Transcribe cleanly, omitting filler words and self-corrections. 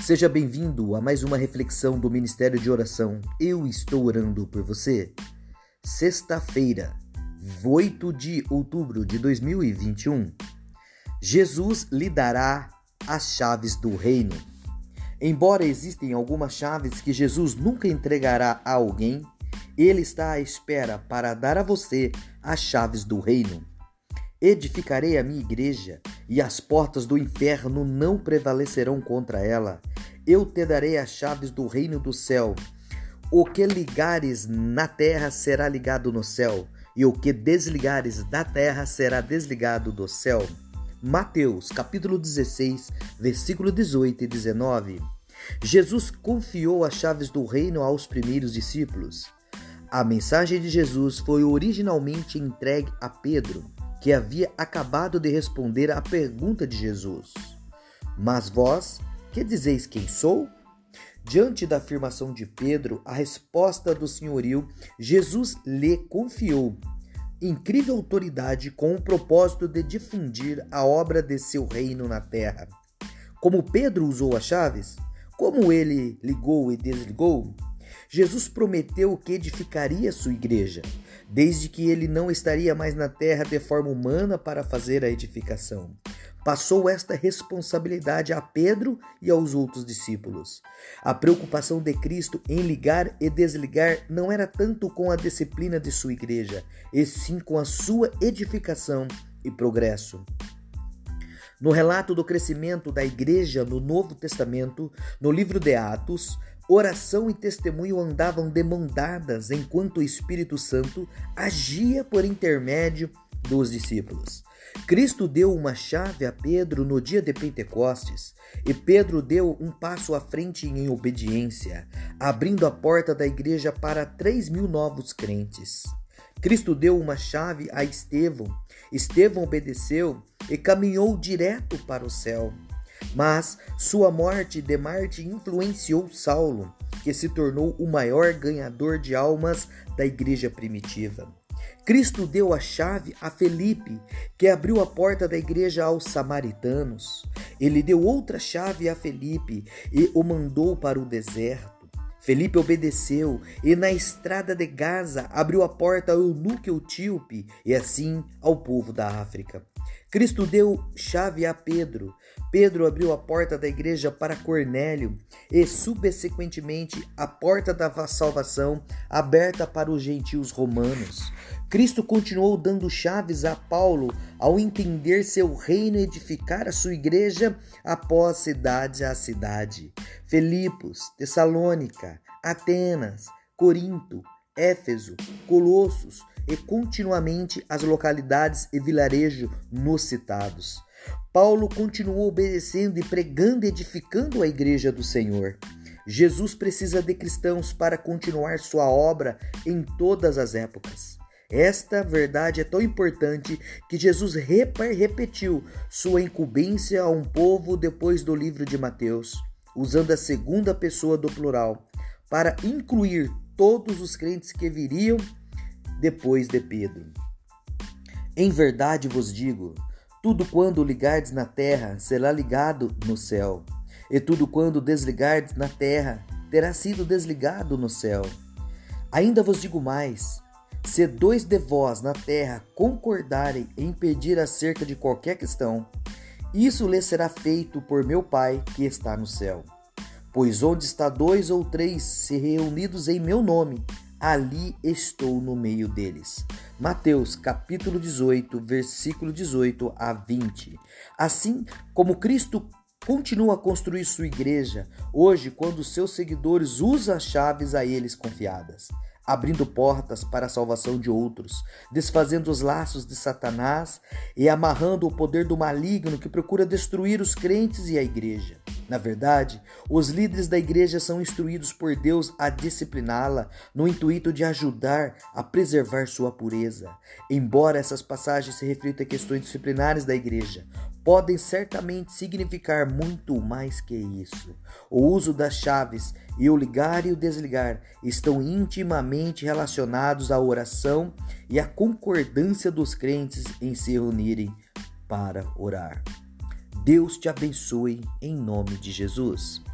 Seja bem-vindo a mais uma reflexão do Ministério de Oração. Eu estou orando por você. Sexta-feira, 8 de outubro de 2021. Jesus lhe dará as chaves do reino. Embora existem algumas chaves que Jesus nunca entregará a alguém, ele está à espera para dar a você as chaves do reino. Edificarei a minha igreja, e as portas do inferno não prevalecerão contra ela. Eu te darei as chaves do reino do céu. O que ligares na terra será ligado no céu, e o que desligares da terra será desligado do céu. Mateus, capítulo 16, versículo 18 e 19. Jesus confiou as chaves do reino aos primeiros discípulos. A mensagem de Jesus foi originalmente entregue a Pedro, que havia acabado de responder à pergunta de Jesus. Mas vós, que dizeis quem sou? Diante da afirmação de Pedro, a resposta do senhorio, Jesus lhe confiou incrível autoridade com o propósito de difundir a obra de seu reino na terra. Como Pedro usou as chaves? Como ele ligou e desligou? Jesus prometeu que edificaria sua igreja, desde que ele não estaria mais na terra de forma humana para fazer a edificação. Passou esta responsabilidade a Pedro e aos outros discípulos. A preocupação de Cristo em ligar e desligar não era tanto com a disciplina de sua igreja, e sim com a sua edificação e progresso. No relato do crescimento da igreja no Novo Testamento, no livro de Atos, oração e testemunho andavam de mão dadas enquanto o Espírito Santo agia por intermédio dos discípulos. Cristo deu uma chave a Pedro no dia de Pentecostes, e Pedro deu um passo à frente em obediência, abrindo a porta da igreja para 3.000 novos crentes. Cristo deu uma chave a Estevão. Estevão obedeceu e caminhou direto para o céu. Mas sua morte de Marte influenciou Saulo, que se tornou o maior ganhador de almas da igreja primitiva. Cristo deu a chave a Felipe, que abriu a porta da igreja aos samaritanos. Ele deu outra chave a Felipe e o mandou para o deserto. Felipe obedeceu e na estrada de Gaza abriu a porta ao eunuco etíope e assim ao povo da África. Cristo deu chave a Pedro. Pedro abriu a porta da igreja para Cornélio e, subsequentemente, a porta da salvação aberta para os gentios romanos. Cristo continuou dando chaves a Paulo ao entender seu reino e edificar a sua igreja após cidade a cidade. Filipos, Tessalônica, Atenas, Corinto, Éfeso, Colossos e continuamente as localidades e vilarejos nos citados. Paulo continuou obedecendo e pregando e edificando a igreja do Senhor. Jesus precisa de cristãos para continuar sua obra em todas as épocas. Esta verdade é tão importante que Jesus repetiu sua incumbência a um povo depois do livro de Mateus, usando a segunda pessoa do plural, para incluir todos os crentes que viriam depois de Pedro. Em verdade vos digo, tudo quando ligardes na terra será ligado no céu, e tudo quando desligardes na terra terá sido desligado no céu. Ainda vos digo mais, se 2 de vós na terra concordarem em pedir acerca de qualquer questão, isso lhes será feito por meu Pai que está no céu. Pois onde está 2 ou 3 se reunidos em meu nome, ali estou no meio deles. Mateus, capítulo 18, versículo 18 a 20. Assim como Cristo continua a construir sua igreja, hoje, quando seus seguidores usam as chaves a eles confiadas, abrindo portas para a salvação de outros, desfazendo os laços de Satanás e amarrando o poder do maligno que procura destruir os crentes e a igreja. Na verdade, os líderes da igreja são instruídos por Deus a discipliná-la no intuito de ajudar a preservar sua pureza. Embora essas passagens se reflitam a questões disciplinares da igreja, podem certamente significar muito mais que isso. O uso das chaves e o ligar e o desligar estão intimamente relacionados à oração e à concordância dos crentes em se reunirem para orar. Deus te abençoe em nome de Jesus.